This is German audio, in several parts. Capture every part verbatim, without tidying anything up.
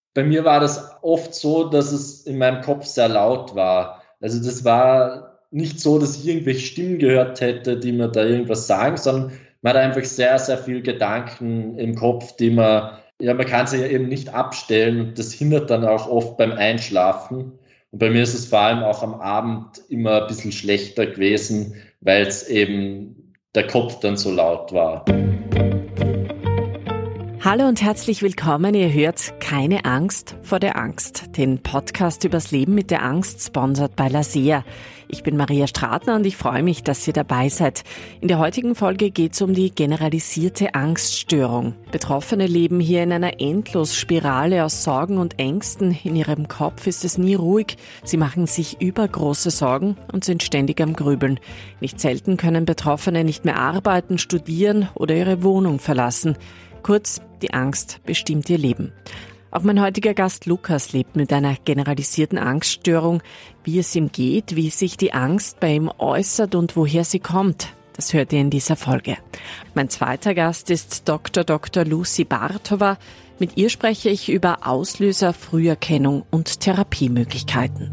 bei mir war das oft so, dass es in meinem Kopf sehr laut war. Also das war nicht so, dass ich irgendwelche Stimmen gehört hätte, die mir da irgendwas sagen, sondern man hat einfach sehr, sehr viel Gedanken im Kopf, die man, ja, man kann sie ja eben nicht abstellen und das hindert dann auch oft beim Einschlafen. Und bei mir ist es vor allem auch am Abend immer ein bisschen schlechter gewesen, weil es eben der Kopf dann so laut war. Hallo und herzlich willkommen. Ihr hört Keine Angst vor der Angst, den Podcast übers Leben mit der Angst, sponsert bei Lasea. Ich bin Maria Stratner und ich freue mich, dass ihr dabei seid. In der heutigen Folge geht es um die generalisierte Angststörung. Betroffene leben hier in einer Endlosspirale aus Sorgen und Ängsten. In ihrem Kopf ist es nie ruhig. Sie machen sich übergroße Sorgen und sind ständig am Grübeln. Nicht selten können Betroffene nicht mehr arbeiten, studieren oder ihre Wohnung verlassen. Kurz, die Angst bestimmt ihr Leben. Auch mein heutiger Gast Lukas lebt mit einer generalisierten Angststörung. Wie es ihm geht, wie sich die Angst bei ihm äußert und woher sie kommt, das hört ihr in dieser Folge. Mein zweiter Gast ist Doktor Doktor Lucy Bartova. Mit ihr spreche ich über Auslöser, Früherkennung und Therapiemöglichkeiten.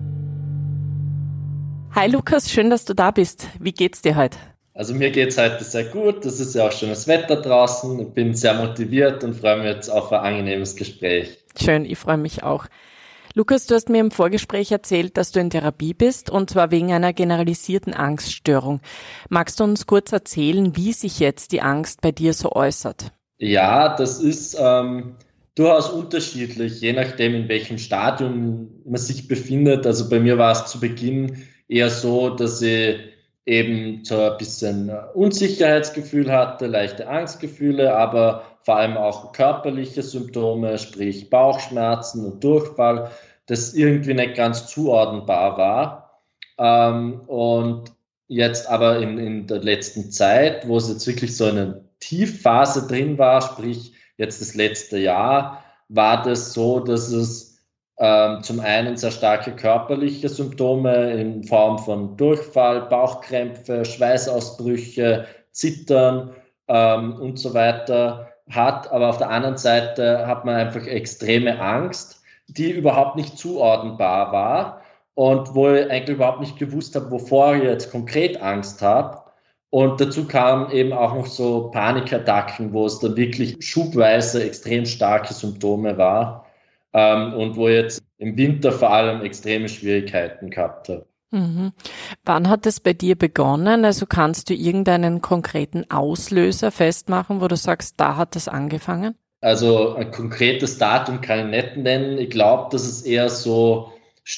Hi Lukas, schön, dass du da bist. Wie geht's dir heute? Also mir geht's heute sehr gut, es ist ja auch schönes Wetter draußen, ich bin sehr motiviert und freue mich jetzt auf ein angenehmes Gespräch. Schön, ich freue mich auch. Lukas, du hast mir im Vorgespräch erzählt, dass du in Therapie bist und zwar wegen einer generalisierten Angststörung. Magst du uns kurz erzählen, wie sich jetzt die Angst bei dir so äußert? Ja, das ist ähm, durchaus unterschiedlich, je nachdem in welchem Stadium man sich befindet. Also bei mir war es zu Beginn eher so, dass ich eben so ein bisschen Unsicherheitsgefühl hatte, leichte Angstgefühle, aber vor allem auch körperliche Symptome, sprich Bauchschmerzen und Durchfall, das irgendwie nicht ganz zuordnenbar war. Ähm, und jetzt aber in, in der letzten Zeit, wo es jetzt wirklich so eine Tiefphase drin war, sprich jetzt das letzte Jahr, war das so, dass es Ähm, zum einen sehr starke körperliche Symptome in Form von Durchfall, Bauchkrämpfe, Schweißausbrüche, Zittern ähm, und so weiter hat. Aber auf der anderen Seite hat man einfach extreme Angst, die überhaupt nicht zuordnenbar war und wo ich eigentlich überhaupt nicht gewusst habe, wovor ich jetzt konkret Angst habe. Und dazu kamen eben auch noch so Panikattacken, wo es dann wirklich schubweise extrem starke Symptome war. Ähm, und wo ich jetzt im Winter vor allem extreme Schwierigkeiten gehabt habe. Mhm. Wann hat es bei dir begonnen? Also kannst du irgendeinen konkreten Auslöser festmachen, wo du sagst, da hat es angefangen? Also ein konkretes Datum kann ich nicht nennen. Ich glaube, dass es eher so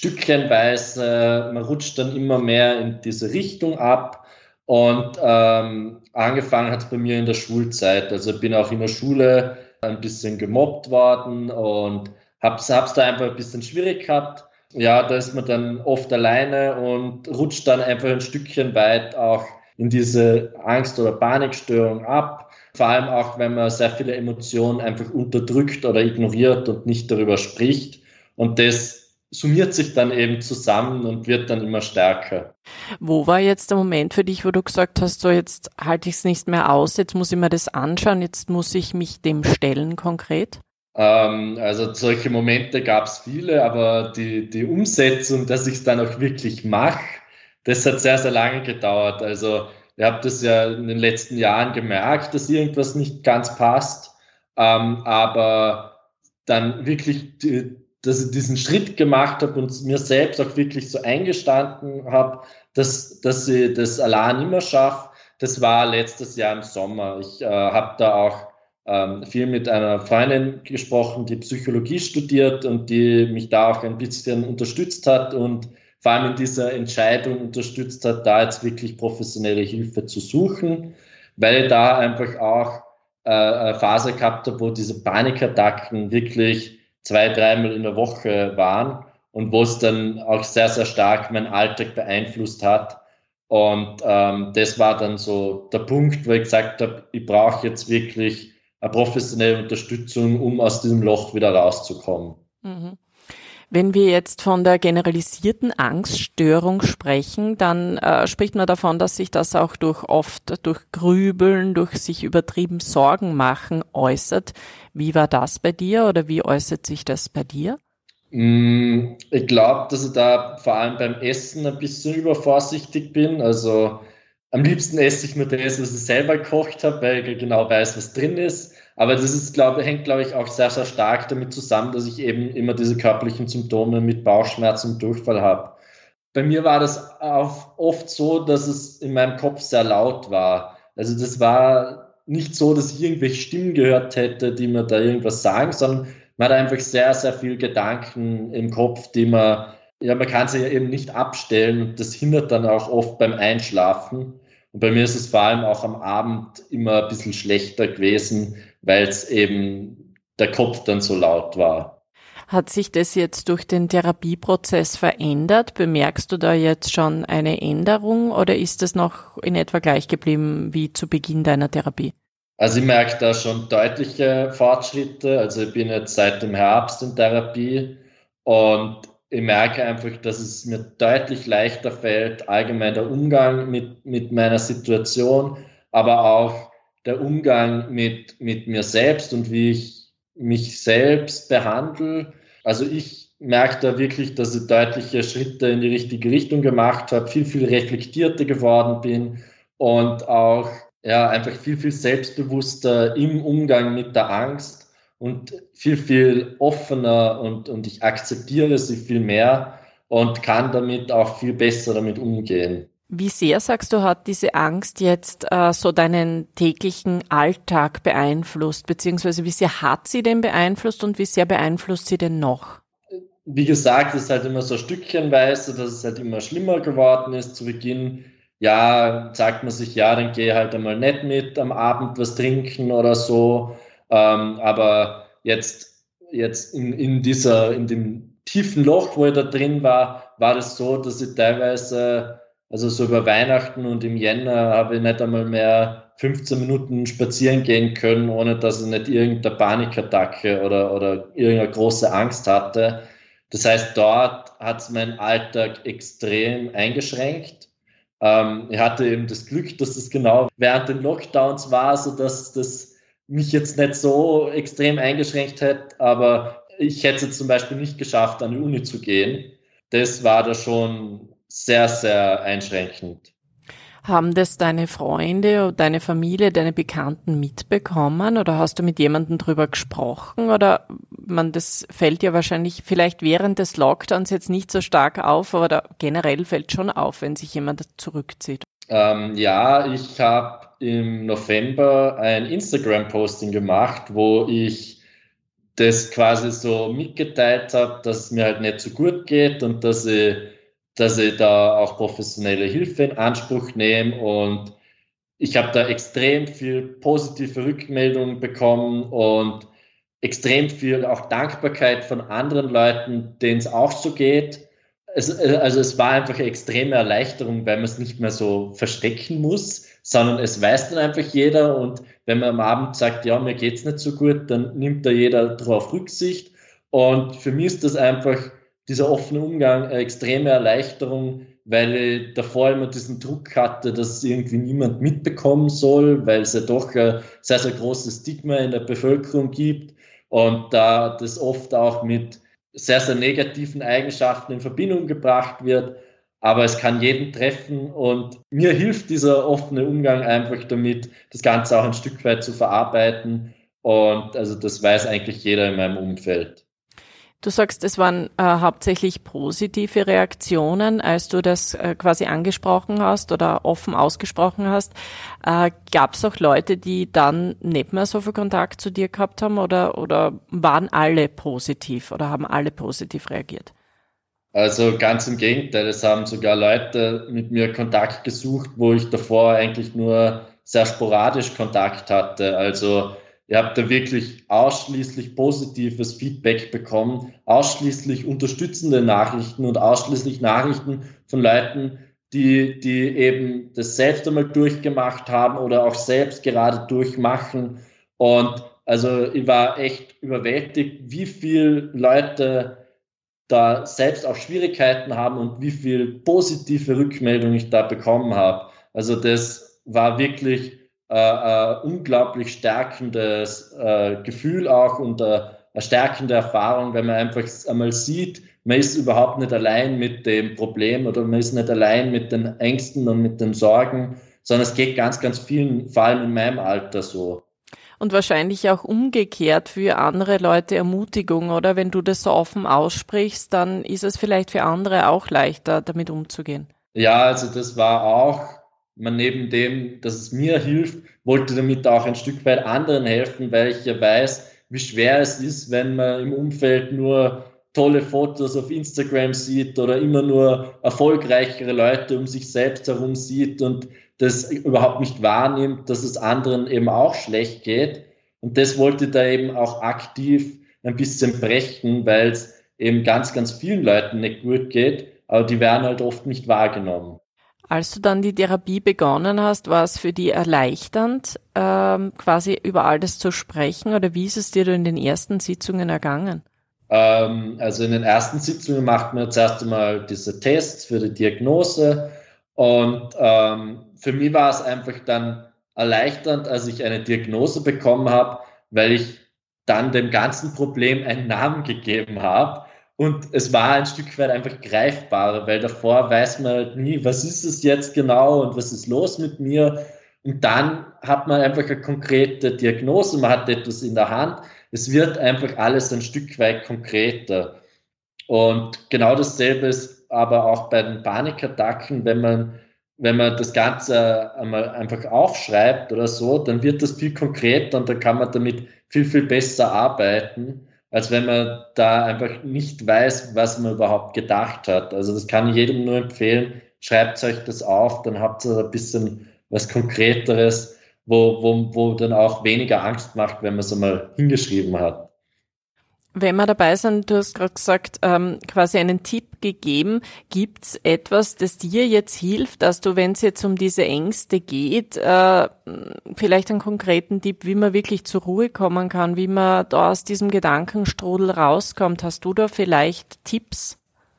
stückchenweise, man rutscht dann immer mehr in diese Richtung ab. Und ähm, angefangen hat es bei mir in der Schulzeit. Also ich bin auch in der Schule ein bisschen gemobbt worden und Hab's, hab's da einfach ein bisschen schwierig gehabt. Ja, da ist man dann oft alleine und rutscht dann einfach ein Stückchen weit auch in diese Angst- oder Panikstörung ab. Vor allem auch, wenn man sehr viele Emotionen einfach unterdrückt oder ignoriert und nicht darüber spricht. Und das summiert sich dann eben zusammen und wird dann immer stärker. Wo war jetzt der Moment für dich, wo du gesagt hast, so jetzt halte ich es nicht mehr aus, jetzt muss ich mir das anschauen, jetzt muss ich mich dem stellen konkret? Also solche Momente gab es viele, aber die, die Umsetzung, dass ich es dann auch wirklich mache, das hat sehr, sehr lange gedauert. Also ich habe das ja in den letzten Jahren gemerkt, dass irgendwas nicht ganz passt, ähm, aber dann wirklich, die, dass ich diesen Schritt gemacht habe und mir selbst auch wirklich so eingestanden habe, dass, dass ich das allein immer schaffe, das war letztes Jahr im Sommer. Ich äh, habe da auch ähm, viel mit einer Freundin gesprochen, die Psychologie studiert und die mich da auch ein bisschen unterstützt hat und vor allem in dieser Entscheidung unterstützt hat, da jetzt wirklich professionelle Hilfe zu suchen, weil ich da einfach auch äh, eine Phase gehabt habe, wo diese Panikattacken wirklich zwei, dreimal in der Woche waren und wo es dann auch sehr, sehr stark meinen Alltag beeinflusst hat. Und ähm, das war dann so der Punkt, wo ich gesagt habe, ich brauche jetzt wirklich eine professionelle Unterstützung, um aus diesem Loch wieder rauszukommen. Mhm. Wenn wir jetzt von der generalisierten Angststörung sprechen, dann äh, spricht man davon, dass sich das auch durch oft durch Grübeln, durch sich übertrieben Sorgen machen äußert. Wie war das bei dir oder wie äußert sich das bei dir? Ich glaube, dass ich da vor allem beim Essen ein bisschen übervorsichtig bin. Also am liebsten esse ich nur das, was ich selber gekocht habe, weil ich genau weiß, was drin ist. Aber das ist, glaube, hängt, glaube ich, auch sehr, sehr stark damit zusammen, dass ich eben immer diese körperlichen Symptome mit Bauchschmerzen und Durchfall habe. Bei mir war das auch oft so, dass es in meinem Kopf sehr laut war. Also das war nicht so, dass ich irgendwelche Stimmen gehört hätte, die mir da irgendwas sagen, sondern man hat einfach sehr, sehr viel Gedanken im Kopf, die man, ja, man kann sie ja eben nicht abstellen und das hindert dann auch oft beim Einschlafen. Und bei mir ist es vor allem auch am Abend immer ein bisschen schlechter gewesen, weil es eben der Kopf dann so laut war. Hat sich das jetzt durch den Therapieprozess verändert? Bemerkst du da jetzt schon eine Änderung oder ist das noch in etwa gleich geblieben wie zu Beginn deiner Therapie? Also ich merke da schon deutliche Fortschritte. Also ich bin jetzt seit dem Herbst in Therapie und ich merke einfach, dass es mir deutlich leichter fällt, allgemein der Umgang mit, mit meiner Situation, aber auch der Umgang mit, mit mir selbst und wie ich mich selbst behandle. Also ich merke da wirklich, dass ich deutliche Schritte in die richtige Richtung gemacht habe, viel, viel reflektierter geworden bin und auch ja, einfach viel, viel selbstbewusster im Umgang mit der Angst und viel, viel offener und, und ich akzeptiere sie viel mehr und kann damit auch viel besser damit umgehen. Wie sehr, sagst du, hat diese Angst jetzt äh, so deinen täglichen Alltag beeinflusst, beziehungsweise wie sehr hat sie denn beeinflusst und wie sehr beeinflusst sie denn noch? Wie gesagt, es ist halt immer so stückchenweise, dass es halt immer schlimmer geworden ist. Zu Beginn, ja, sagt man sich, ja, dann gehe halt einmal nicht mit am Abend was trinken oder so. Ähm, aber jetzt, jetzt in, in dieser, in dem tiefen Loch, wo ich da drin war, war das so, dass ich teilweise, also so über Weihnachten und im Jänner habe ich nicht einmal mehr fünfzehn Minuten spazieren gehen können, ohne dass ich nicht irgendeine Panikattacke oder, oder irgendeine große Angst hatte. Das heißt, dort hat es meinen Alltag extrem eingeschränkt. Ähm, ich hatte eben das Glück, dass es genau während den Lockdowns war, sodass das mich jetzt nicht so extrem eingeschränkt hätte, aber ich hätte es zum Beispiel nicht geschafft, an die Uni zu gehen. Das war da schon sehr, sehr einschränkend. Haben das deine Freunde oder deine Familie, deine Bekannten mitbekommen oder hast du mit jemandem drüber gesprochen oder man, das fällt ja wahrscheinlich vielleicht während des Lockdowns jetzt nicht so stark auf, aber da generell fällt schon auf, wenn sich jemand zurückzieht. Ähm, ja, ich habe im November ein Instagram-Posting gemacht, wo ich das quasi so mitgeteilt habe, dass es mir halt nicht so gut geht und dass ich, dass ich da auch professionelle Hilfe in Anspruch nehme. Und ich habe da extrem viel positive Rückmeldungen bekommen und extrem viel auch Dankbarkeit von anderen Leuten, denen es auch so geht. Es, also es war einfach eine extreme Erleichterung, weil man es nicht mehr so verstecken muss, sondern es weiß dann einfach jeder und wenn man am Abend sagt, ja, mir geht's nicht so gut, dann nimmt da jeder darauf Rücksicht und für mich ist das einfach dieser offene Umgang eine extreme Erleichterung, weil ich davor immer diesen Druck hatte, dass es irgendwie niemand mitbekommen soll, weil es ja doch ein sehr, sehr großes Stigma in der Bevölkerung gibt und da das oft auch mit sehr, sehr negativen Eigenschaften in Verbindung gebracht wird. Aber es kann jeden treffen und mir hilft dieser offene Umgang einfach damit, das Ganze auch ein Stück weit zu verarbeiten. Und also das weiß eigentlich jeder in meinem Umfeld. Du sagst, es waren äh, hauptsächlich positive Reaktionen, als du das äh, quasi angesprochen hast oder offen ausgesprochen hast. Äh, Gab es auch Leute, die dann nicht mehr so viel Kontakt zu dir gehabt haben oder, oder waren alle positiv oder haben alle positiv reagiert? Also ganz im Gegenteil, es haben sogar Leute mit mir Kontakt gesucht, wo ich davor eigentlich nur sehr sporadisch Kontakt hatte. Also ihr habt da wirklich ausschließlich positives Feedback bekommen, ausschließlich unterstützende Nachrichten und ausschließlich Nachrichten von Leuten, die, die eben das selbst einmal durchgemacht haben oder auch selbst gerade durchmachen. Und also ich war echt überwältigt, wie viele Leute da selbst auch Schwierigkeiten haben und wie viel positive Rückmeldung ich da bekommen habe. Also das war wirklich äh, ein unglaublich stärkendes äh, Gefühl auch und äh, eine stärkende Erfahrung, wenn man einfach einmal sieht, man ist überhaupt nicht allein mit dem Problem oder man ist nicht allein mit den Ängsten und mit den Sorgen, sondern es geht ganz, ganz vielen, vor allem in meinem Alter so. Und wahrscheinlich auch umgekehrt für andere Leute Ermutigung, oder? Wenn du das so offen aussprichst, dann ist es vielleicht für andere auch leichter, damit umzugehen. Ja, also das war auch, man neben dem, dass es mir hilft, wollte damit auch ein Stück weit anderen helfen, weil ich ja weiß, wie schwer es ist, wenn man im Umfeld nur tolle Fotos auf Instagram sieht oder immer nur erfolgreichere Leute um sich selbst herum sieht und das überhaupt nicht wahrnimmt, dass es anderen eben auch schlecht geht. Und das wollte da eben auch aktiv ein bisschen brechen, weil es eben ganz, ganz vielen Leuten nicht gut geht, aber die werden halt oft nicht wahrgenommen. Als du dann die Therapie begonnen hast, war es für dich erleichternd, ähm, quasi über all das zu sprechen, oder wie ist es dir in den ersten Sitzungen ergangen? Ähm, also in den ersten Sitzungen macht man zuerst einmal diese Tests für die Diagnose und ähm, für mich war es einfach dann erleichternd, als ich eine Diagnose bekommen habe, weil ich dann dem ganzen Problem einen Namen gegeben habe. Und es war ein Stück weit einfach greifbarer, weil davor weiß man halt nie, was ist es jetzt genau und was ist los mit mir. Und dann hat man einfach eine konkrete Diagnose, man hat etwas in der Hand. Es wird einfach alles ein Stück weit konkreter. Und genau dasselbe ist aber auch bei den Panikattacken, wenn man, wenn man das Ganze einmal einfach aufschreibt oder so, dann wird das viel konkreter und dann kann man damit viel, viel besser arbeiten, als wenn man da einfach nicht weiß, was man überhaupt gedacht hat. Also das kann ich jedem nur empfehlen, schreibt euch das auf, dann habt ihr ein bisschen was Konkreteres, wo, wo, wo dann auch weniger Angst macht, wenn man es einmal hingeschrieben hat. Wenn wir dabei sind, du hast gerade gesagt, ähm, quasi einen Tipp gegeben. Gibt's etwas, das dir jetzt hilft, dass du, wenn es jetzt um diese Ängste geht, äh, vielleicht einen konkreten Tipp, wie man wirklich zur Ruhe kommen kann, wie man da aus diesem Gedankenstrudel rauskommt? Hast du da vielleicht Tipps?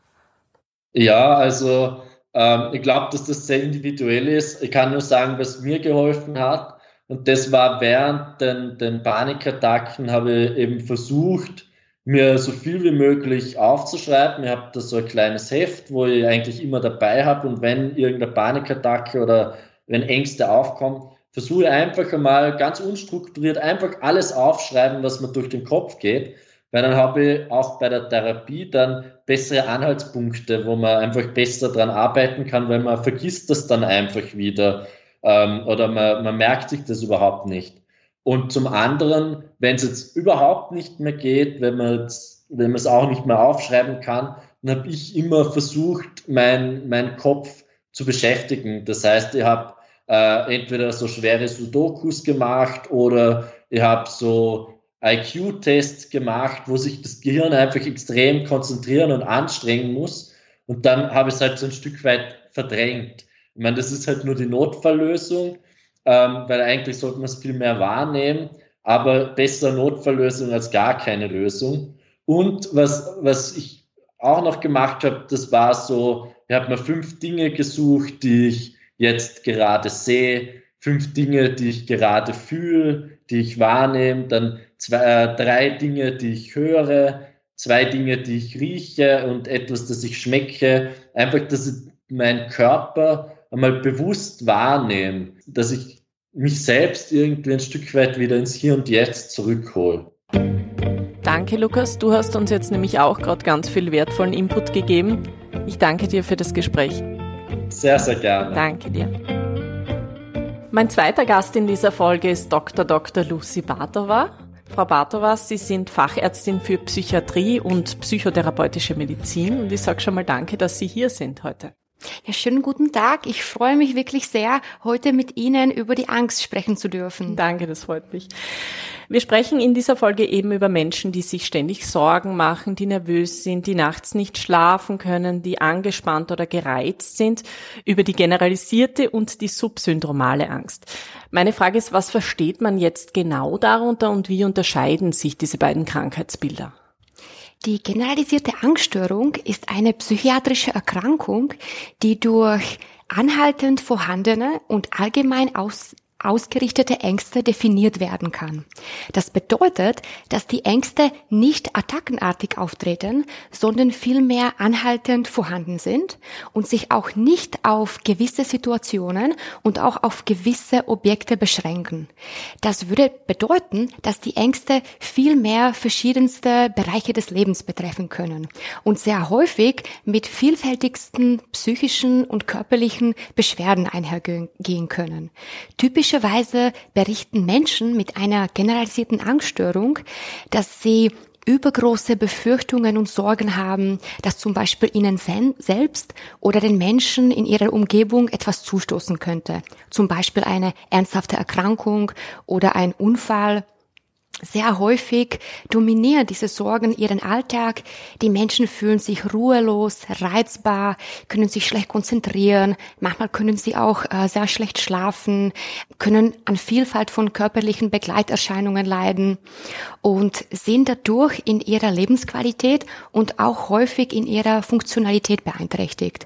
Ja, also ähm, ich glaube, dass das sehr individuell ist. Ich kann nur sagen, was mir geholfen hat. Und das war während den, den Panikattacken, habe ich eben versucht, mir so viel wie möglich aufzuschreiben. Ich habe da so ein kleines Heft, wo ich eigentlich immer dabei habe. Und wenn irgendeine Panikattacke oder wenn Ängste aufkommen, versuche ich einfach einmal ganz unstrukturiert einfach alles aufschreiben, was mir durch den Kopf geht. Weil dann habe ich auch bei der Therapie dann bessere Anhaltspunkte, wo man einfach besser dran arbeiten kann, weil man vergisst das dann einfach wieder ähm, oder man, man merkt sich das überhaupt nicht. Und zum anderen, wenn es jetzt überhaupt nicht mehr geht, wenn man jetzt, wenn man es auch nicht mehr aufschreiben kann, dann habe ich immer versucht, mein, meinen Kopf zu beschäftigen. Das heißt, ich habe äh, entweder so schwere Sudokus gemacht oder ich habe so I Q-Tests gemacht, wo sich das Gehirn einfach extrem konzentrieren und anstrengen muss. Und dann habe ich es halt so ein Stück weit verdrängt. Ich meine, das ist halt nur die Notfalllösung, ähm, weil eigentlich sollte man es viel mehr wahrnehmen, aber besser Notfalllösung als gar keine Lösung. Und was, was ich auch noch gemacht habe, das war so, ich habe mir fünf Dinge gesucht, die ich jetzt gerade sehe, fünf Dinge, die ich gerade fühle, die ich wahrnehme, dann zwei, äh, drei Dinge, die ich höre, zwei Dinge, die ich rieche und etwas, das ich schmecke. Einfach, dass ich meinen Körper einmal bewusst wahrnehme, dass ich mich selbst irgendwie ein Stück weit wieder ins Hier und Jetzt zurückhole. Danke, Lukas. Du hast uns jetzt nämlich auch gerade ganz viel wertvollen Input gegeben. Ich danke dir für das Gespräch. Sehr, sehr gerne. Danke dir. Mein zweiter Gast in dieser Folge ist Doktor Doktor Lucy Bartova. Frau Bartova, Sie sind Fachärztin für Psychiatrie und psychotherapeutische Medizin und ich sage schon mal danke, dass Sie hier sind heute. Ja, schönen guten Tag. Ich freue mich wirklich sehr, heute mit Ihnen über die Angst sprechen zu dürfen. Danke, das freut mich. Wir sprechen in dieser Folge eben über Menschen, die sich ständig Sorgen machen, die nervös sind, die nachts nicht schlafen können, die angespannt oder gereizt sind, über die generalisierte und die subsyndromale Angst. Meine Frage ist, was versteht man jetzt genau darunter und wie unterscheiden sich diese beiden Krankheitsbilder? Die generalisierte Angststörung ist eine psychiatrische Erkrankung, die durch anhaltend vorhandene und allgemein aus ausgerichtete Ängste definiert werden kann. Das bedeutet, dass die Ängste nicht attackenartig auftreten, sondern vielmehr anhaltend vorhanden sind und sich auch nicht auf gewisse Situationen und auch auf gewisse Objekte beschränken. Das würde bedeuten, dass die Ängste vielmehr verschiedenste Bereiche des Lebens betreffen können und sehr häufig mit vielfältigsten psychischen und körperlichen Beschwerden einhergehen können. Typisch Typischerweise berichten Menschen mit einer generalisierten Angststörung, dass sie übergroße Befürchtungen und Sorgen haben, dass zum Beispiel ihnen selbst oder den Menschen in ihrer Umgebung etwas zustoßen könnte. Zum Beispiel eine ernsthafte Erkrankung oder ein Unfall. Sehr häufig dominieren diese Sorgen ihren Alltag. Die Menschen fühlen sich ruhelos, reizbar, können sich schlecht konzentrieren. Manchmal können sie auch äh, sehr schlecht schlafen, können an Vielfalt von körperlichen Begleiterscheinungen leiden und sind dadurch in ihrer Lebensqualität und auch häufig in ihrer Funktionalität beeinträchtigt.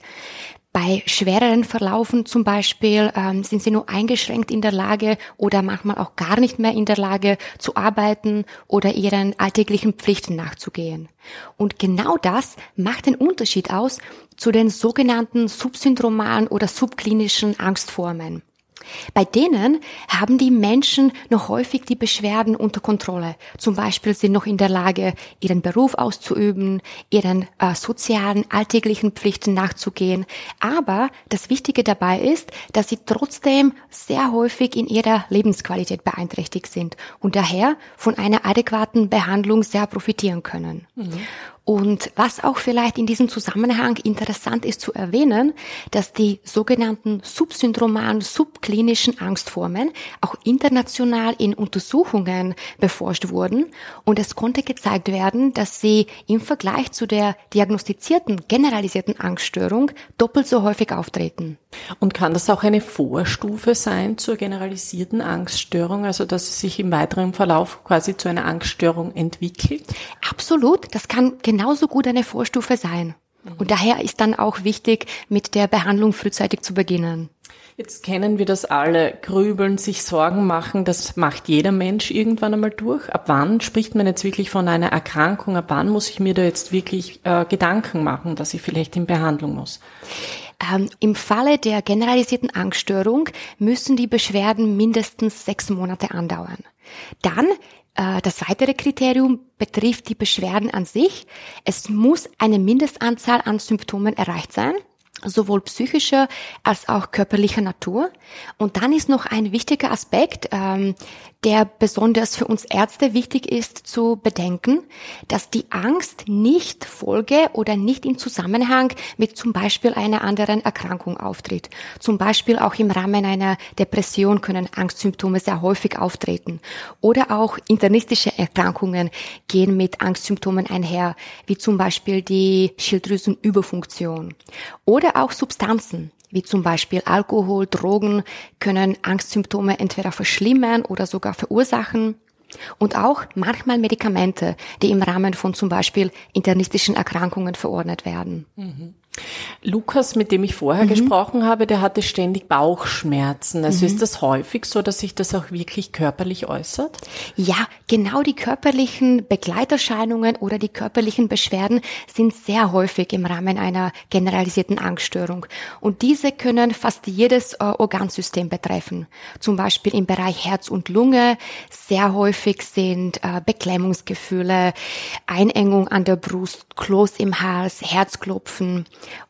Bei schwereren Verlaufen zum Beispiel ähm, sind sie nur eingeschränkt in der Lage oder manchmal auch gar nicht mehr in der Lage zu arbeiten oder ihren alltäglichen Pflichten nachzugehen. Und genau das macht den Unterschied aus zu den sogenannten subsyndromalen oder subklinischen Angstformen. Bei denen haben die Menschen noch häufig die Beschwerden unter Kontrolle. Zum Beispiel sind noch in der Lage, ihren Beruf auszuüben, ihren äh, sozialen, alltäglichen Pflichten nachzugehen. Aber das Wichtige dabei ist, dass sie trotzdem sehr häufig in ihrer Lebensqualität beeinträchtigt sind und daher von einer adäquaten Behandlung sehr profitieren können. Mhm. Und was auch vielleicht in diesem Zusammenhang interessant ist zu erwähnen, dass die sogenannten subsyndromalen, subklinischen Angstformen auch international in Untersuchungen beforscht wurden und es konnte gezeigt werden, dass sie im Vergleich zu der diagnostizierten, generalisierten Angststörung doppelt so häufig auftreten. Und kann das auch eine Vorstufe sein zur generalisierten Angststörung, also dass es sich im weiteren Verlauf quasi zu einer Angststörung entwickelt? Absolut, das kann genauso gut eine Vorstufe sein. Und daher ist dann auch wichtig, mit der Behandlung frühzeitig zu beginnen. Jetzt kennen wir das alle, grübeln, sich Sorgen machen, das macht jeder Mensch irgendwann einmal durch. Ab wann spricht man jetzt wirklich von einer Erkrankung? Ab wann muss ich mir da jetzt wirklich äh, Gedanken machen, dass ich vielleicht in Behandlung muss? Ähm, Im Falle der generalisierten Angststörung müssen die Beschwerden mindestens sechs Monate andauern. Dann äh, das weitere Kriterium betrifft die Beschwerden an sich. Es muss eine Mindestanzahl an Symptomen erreicht sein, sowohl psychischer als auch körperlicher Natur. Und dann ist noch ein wichtiger Aspekt, ähm, der besonders für uns Ärzte wichtig ist zu bedenken, dass die Angst nicht Folge oder nicht in Zusammenhang mit zum Beispiel einer anderen Erkrankung auftritt. Zum Beispiel auch im Rahmen einer Depression können Angstsymptome sehr häufig auftreten. Oder auch internistische Erkrankungen gehen mit Angstsymptomen einher, wie zum Beispiel die Schilddrüsenüberfunktion. Oder auch Substanzen, wie zum Beispiel Alkohol, Drogen, können Angstsymptome entweder verschlimmern oder sogar verursachen. Und auch manchmal Medikamente, die im Rahmen von zum Beispiel internistischen Erkrankungen verordnet werden. Mhm. Lukas, mit dem ich vorher mhm. gesprochen habe, der hatte ständig Bauchschmerzen. Also mhm. ist das häufig so, dass sich das auch wirklich körperlich äußert? Ja, genau die körperlichen Begleiterscheinungen oder die körperlichen Beschwerden sind sehr häufig im Rahmen einer generalisierten Angststörung. Und diese können fast jedes äh, Organsystem betreffen. Zum Beispiel im Bereich Herz und Lunge. Sehr häufig sind äh, Beklemmungsgefühle, Einengung an der Brust, Kloß im Hals, Herzklopfen.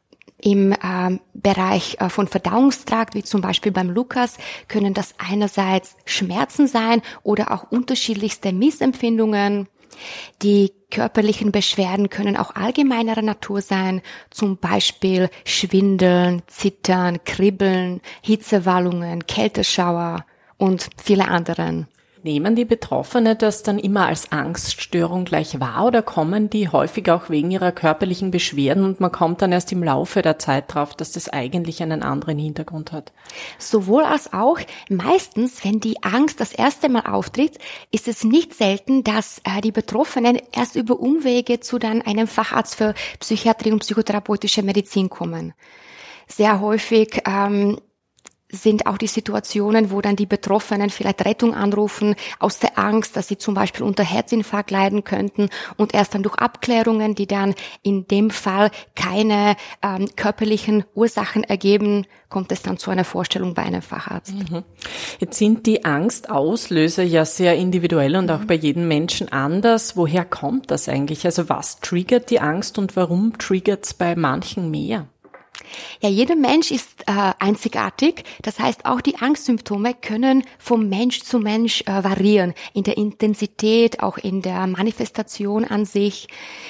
Im äh, Bereich äh, von Verdauungstrakt, wie zum Beispiel beim Lukas, können das einerseits Schmerzen sein oder auch unterschiedlichste Missempfindungen. Die körperlichen Beschwerden können auch allgemeinerer Natur sein, zum Beispiel Schwindeln, Zittern, Kribbeln, Hitzewallungen, Kälteschauer und viele anderen. Nehmen die Betroffene das dann immer als Angststörung gleich wahr oder kommen die häufig auch wegen ihrer körperlichen Beschwerden und man kommt dann erst im Laufe der Zeit drauf, dass das eigentlich einen anderen Hintergrund hat? Sowohl als auch. Meistens, wenn die Angst das erste Mal auftritt, ist es nicht selten, dass äh, die Betroffenen erst über Umwege zu dann einem Facharzt für Psychiatrie und psychotherapeutische Medizin kommen. Sehr häufig ähm, sind auch die Situationen, wo dann die Betroffenen vielleicht Rettung anrufen, aus der Angst, dass sie zum Beispiel unter Herzinfarkt leiden könnten und erst dann durch Abklärungen, die dann in dem Fall keine ähm, körperlichen Ursachen ergeben, kommt es dann zu einer Vorstellung bei einem Facharzt. Mhm. Jetzt sind die Angstauslöser ja sehr individuell und auch mhm. bei jedem Menschen anders. Woher kommt das eigentlich? Also was triggert die Angst und warum triggert es bei manchen mehr? Ja, jeder Mensch ist äh, einzigartig. Das heißt, auch die Angstsymptome können vom Mensch zu Mensch äh, variieren. In der Intensität, auch in der Manifestation an sich.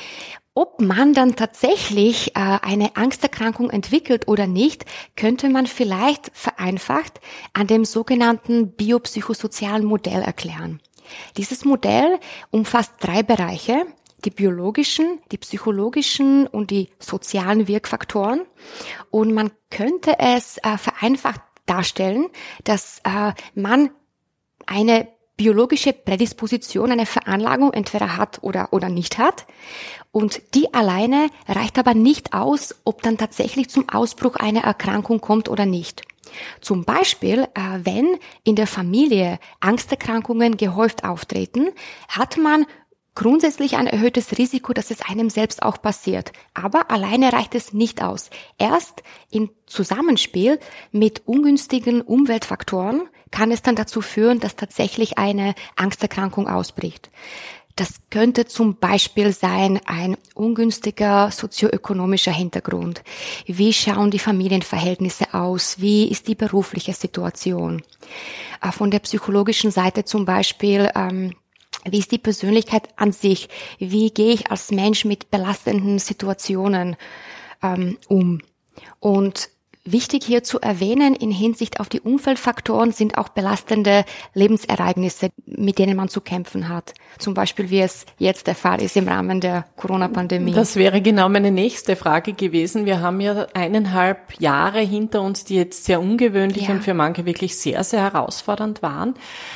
Ob man dann tatsächlich äh, eine Angsterkrankung entwickelt oder nicht, könnte man vielleicht vereinfacht an dem sogenannten biopsychosozialen Modell erklären. Dieses Modell umfasst drei Bereiche. Die biologischen, die psychologischen und die sozialen Wirkfaktoren. Und man könnte es äh, vereinfacht darstellen, dass äh, man eine biologische Prädisposition, eine Veranlagung entweder hat oder, oder nicht hat. Und die alleine reicht aber nicht aus, ob dann tatsächlich zum Ausbruch einer Erkrankung kommt oder nicht. Zum Beispiel, äh, wenn in der Familie Angsterkrankungen gehäuft auftreten, hat man grundsätzlich ein erhöhtes Risiko, dass es einem selbst auch passiert. Aber alleine reicht es nicht aus. Erst im Zusammenspiel mit ungünstigen Umweltfaktoren kann es dann dazu führen, dass tatsächlich eine Angsterkrankung ausbricht. Das könnte zum Beispiel sein ein ungünstiger sozioökonomischer Hintergrund. Wie schauen die Familienverhältnisse aus? Wie ist die berufliche Situation? Von der psychologischen Seite zum Beispiel, ähm, wie ist die Persönlichkeit an sich? Wie gehe ich als Mensch mit belastenden Situationen ähm, um? Und wichtig hier zu erwähnen, in Hinsicht auf die Umfeldfaktoren sind auch belastende Lebensereignisse, mit denen man zu kämpfen hat. Zum Beispiel, wie es jetzt der Fall ist im Rahmen der Corona-Pandemie. Das wäre genau meine nächste Frage gewesen. Wir haben ja eineinhalb Jahre hinter uns, die jetzt sehr ungewöhnlich ja. und für manche wirklich sehr, sehr herausfordernd waren.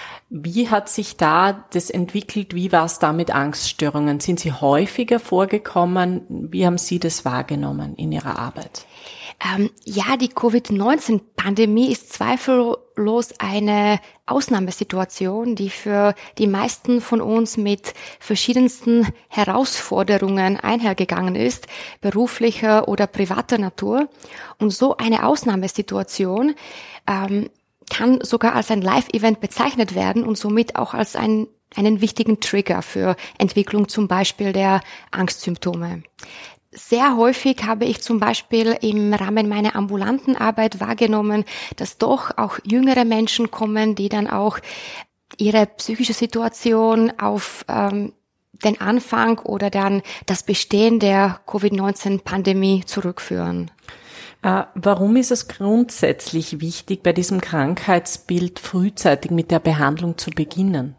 Wie hat sich da das entwickelt? Wie war es da mit Angststörungen? Sind sie häufiger vorgekommen? Wie haben Sie das wahrgenommen in Ihrer Arbeit? Ähm, ja, die Covid neunzehn Pandemie ist zweifellos eine Ausnahmesituation, die für die meisten von uns mit verschiedensten Herausforderungen einhergegangen ist, beruflicher oder privater Natur. Und so eine Ausnahmesituation ähm, kann sogar als ein Live-Event bezeichnet werden und somit auch als ein, einen wichtigen Trigger für Entwicklung zum Beispiel der Angstsymptome. Sehr häufig habe ich zum Beispiel im Rahmen meiner ambulanten Arbeit wahrgenommen, dass doch auch jüngere Menschen kommen, die dann auch ihre psychische Situation auf ähm, den Anfang oder dann das Bestehen der Covid neunzehn Pandemie zurückführen. Äh, warum ist es grundsätzlich wichtig, bei diesem Krankheitsbild frühzeitig mit der Behandlung zu beginnen?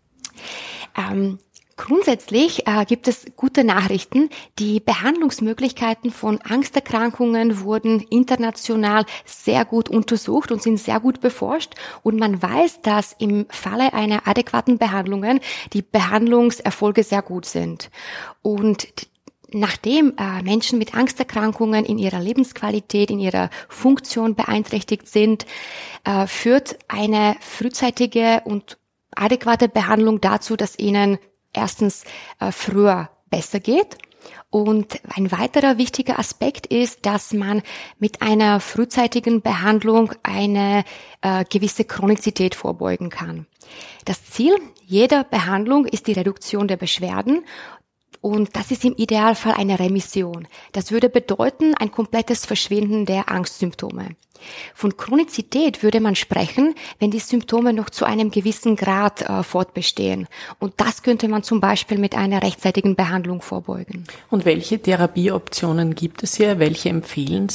Ähm, grundsätzlich äh, gibt es gute Nachrichten. Die Behandlungsmöglichkeiten von Angsterkrankungen wurden international sehr gut untersucht und sind sehr gut beforscht. Und man weiß, dass im Falle einer adäquaten Behandlungen die Behandlungserfolge sehr gut sind. Und Nachdem äh, Menschen mit Angsterkrankungen in ihrer Lebensqualität, in ihrer Funktion beeinträchtigt sind, äh, führt eine frühzeitige und adäquate Behandlung dazu, dass ihnen erstens äh, früher besser geht. Und ein weiterer wichtiger Aspekt ist, dass man mit einer frühzeitigen Behandlung eine äh, gewisse Chronizität vorbeugen kann. Das Ziel jeder Behandlung ist die Reduktion der Beschwerden. Und das ist im Idealfall eine Remission. Das würde bedeuten, ein komplettes Verschwinden der Angstsymptome. Von Chronizität würde man sprechen, wenn die Symptome noch zu einem gewissen Grad äh, fortbestehen. Und das könnte man zum Beispiel mit einer rechtzeitigen Behandlung vorbeugen. Und welche Therapieoptionen gibt es hier? Welche empfehlen Sie?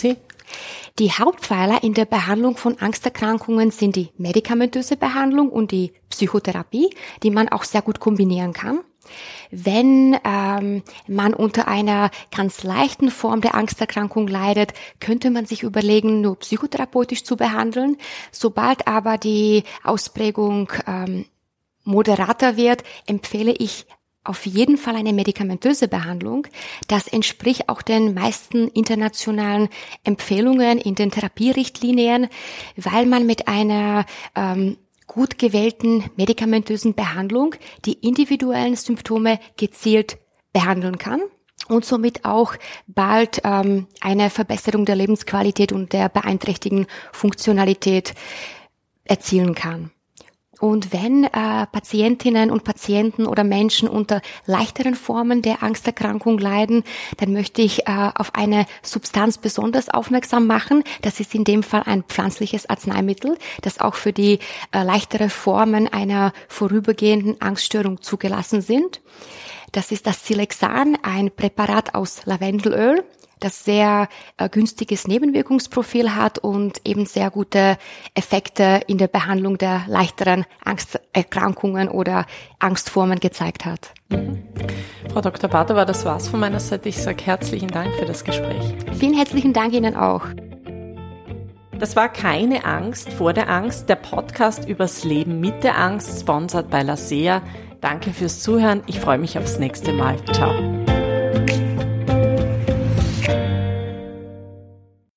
Die Hauptpfeiler in der Behandlung von Angsterkrankungen sind die medikamentöse Behandlung und die Psychotherapie, die man auch sehr gut kombinieren kann. Wenn ähm, man unter einer ganz leichten Form der Angsterkrankung leidet, könnte man sich überlegen, nur psychotherapeutisch zu behandeln. Sobald aber die Ausprägung ähm, moderater wird, empfehle ich auf jeden Fall eine medikamentöse Behandlung. Das entspricht auch den meisten internationalen Empfehlungen in den Therapierichtlinien, weil man mit einer ähm, gut gewählten medikamentösen Behandlung die individuellen Symptome gezielt behandeln kann und somit auch bald ähm, eine Verbesserung der Lebensqualität und der beeinträchtigten Funktionalität erzielen kann. Und wenn äh, Patientinnen und Patienten oder Menschen unter leichteren Formen der Angsterkrankung leiden, dann möchte ich äh, auf eine Substanz besonders aufmerksam machen. Das ist in dem Fall ein pflanzliches Arzneimittel, das auch für die äh, leichtere Formen einer vorübergehenden Angststörung zugelassen sind. Das ist das Silexan, ein Präparat aus Lavendelöl, das sehr äh, günstiges Nebenwirkungsprofil hat und eben sehr gute Effekte in der Behandlung der leichteren Angsterkrankungen oder Angstformen gezeigt hat. Mhm. Frau Doktor Bartowa, das war's von meiner Seite. Ich sage herzlichen Dank für das Gespräch. Vielen herzlichen Dank Ihnen auch. Das war Keine Angst vor der Angst, der Podcast übers Leben mit der Angst, sponsert bei LASEA. Danke fürs Zuhören. Ich freue mich aufs nächste Mal. Ciao.